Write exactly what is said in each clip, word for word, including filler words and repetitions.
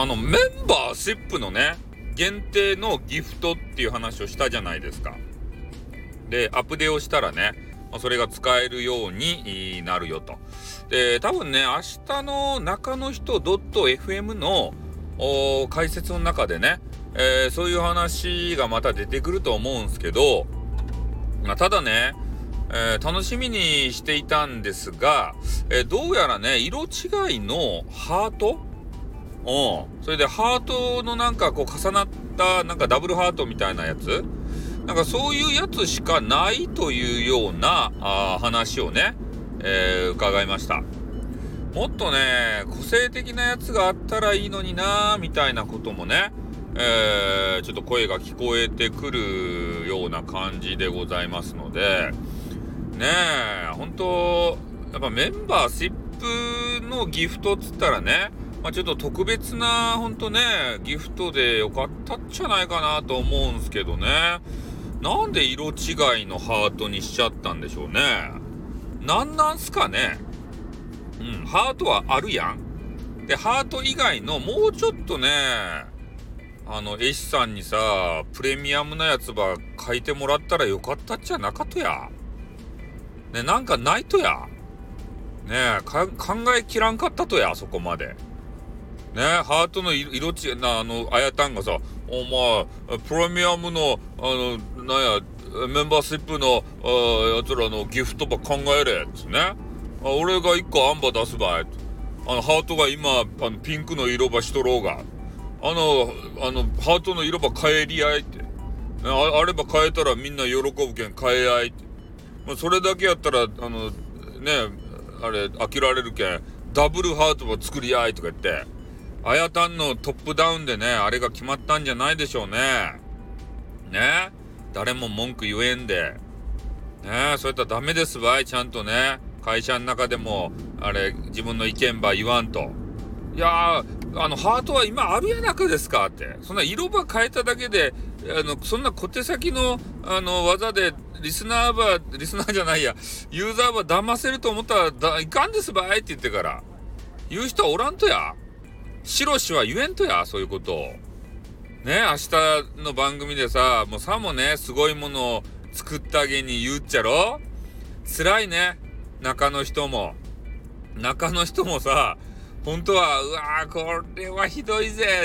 あのメンバーシップのね限定のギフトっていう話をしたじゃないですか。でアップデをしたらね、まあ、それが使えるようになるよと。で多分ね明日の中の人 .fm の解説の中でね、えー、そういう話がまた出てくると思うんですけど、まあ、ただね、えー、楽しみにしていたんですが、えー、どうやらね色違いのハート、うん、それでハートのなんかこう重なったなんかダブルハートみたいなやつ、なんかそういうやつしかないというようなあ話をね、えー、伺いました。もっとね個性的なやつがあったらいいのになみたいなこともね、えー、ちょっと声が聞こえてくるような感じでございますのでねえ、本当やっぱメンバーシップのギフトっつったらね、まあ、ちょっと特別な本当ねギフトでよかったんじゃないかなと思うんすけどね。なんで色違いのハートにしちゃったんでしょうね。なんなんすかね。うん、ハートはあるやん。でハート以外のもうちょっとねあの絵師さんにさプレミアムなやつば書いてもらったらよかったっちゃなかとやね、なんかないとやねえか考えきらんかったとや、そこまでねえ。ハートの色違いなあのあやたんがさ、お前プレミアムのあのなんやメンバーシップのあやつらのギフトば考えれっつね。あ俺が一個アンバ出すばい、あのハートが今あのピンクの色ばしとろうが、あのあのハートの色ば変えり合いって、ね、あ, あれば変えたらみんな喜ぶけん変え合いって、まあ、それだけやったらあのねあれ飽きられるけんダブルハートば作り合いとか言ってあやたんのトップダウンでねあれが決まったんじゃないでしょうね。ね誰も文句言えんでね、そういったらダメですばい。ちゃんとね会社の中でもあれ自分の意見ば言わんと。いやーあのハートは今あるやなかですかって、そんな色ば変えただけであのそんな小手先のあの技でリスナーばリスナーじゃないやユーザーば騙せると思ったらだいかんですばいって言ってから言う人はおらんとや。白しは言えんとや、そういうことをね。明日の番組でさもうさもねすごいものを作ってあげに言うっちゃろ。辛いね。中の人も中の人もさ本当はうわーこれはひどいぜって、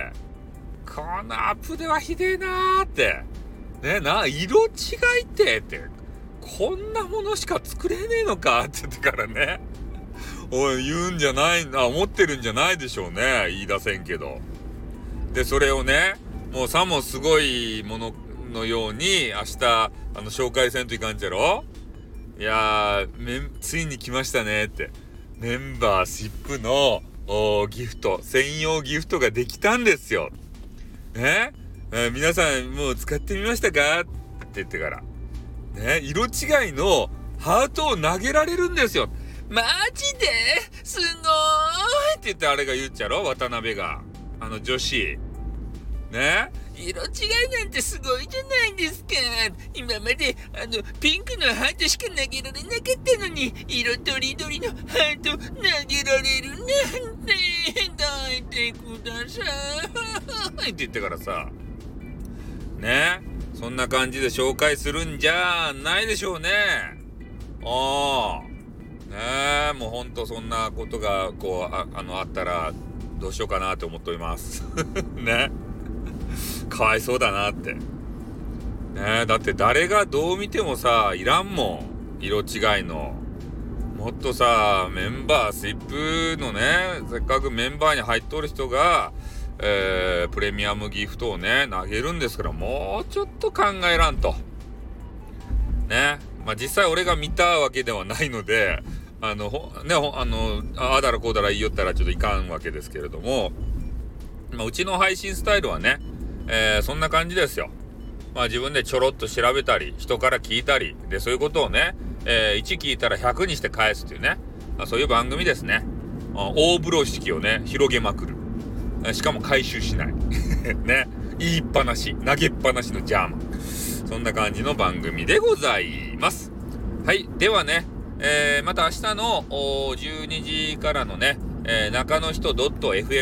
このアップではひでえなーってね、な色違いってってこんなものしか作れねえのかって言ってからねおい言うんじゃないな思ってるんじゃないでしょうね。言い出せんけど。でそれをねもうさもすごいもののように明日あの紹介せんといかんじゃろ。いやーついに来ましたねって、メンバーシップのギフト専用ギフトができたんですよね。えー、皆さんもう使ってみましたかって言ってからね色違いのハートを投げられるんですよ。マジですごーいって言ってあれが言っちゃろ、渡辺があの女子ね。色違いなんてすごいじゃないですか。今まであのピンクのハートしか投げられなかったのに色とりどりのハート投げられるなんて抱いてくださいって言ってからさね、そんな感じで紹介するんじゃないでしょうね。ああねえもうほんとそんなことがこう あ, あのあったらどうしようかなって思っておりますね。かわいそうだなってねえ。だって誰がどう見てもさいらんもん色違いの。もっとさメンバーシップのねせっかくメンバーに入っとる人が、えー、プレミアムギフトをね投げるんですから、もうちょっと考えらんとね。まあ実際俺が見たわけではないのであのねあのああだらこうだら言いよったらちょっといかんわけですけれども、まあ、うちの配信スタイルはね、えー、そんな感じですよ。まあ自分でちょろっと調べたり人から聞いたりで、そういうことをね、えー、いち聞いたらひゃくにして返すというね、まあ、そういう番組ですね。大風呂敷をね広げまくる、しかも回収しないね、言いっぱなし投げっぱなしのジャーマン、そんな感じの番組でございます。はい、ではね、えー、また明日のじゅうにじからのね、えー、中の人 .fm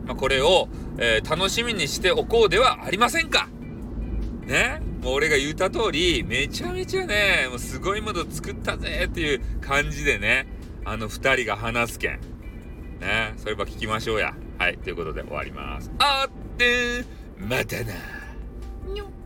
まあ、これを、えー、楽しみにしておこうではありませんかね。もう俺が言った通り、めちゃめちゃね、もうすごいもの作ったぜっていう感じでね、あの二人が話すけん。ね、それば聞きましょうや。はい、ということで終わります。あって、またな。にょ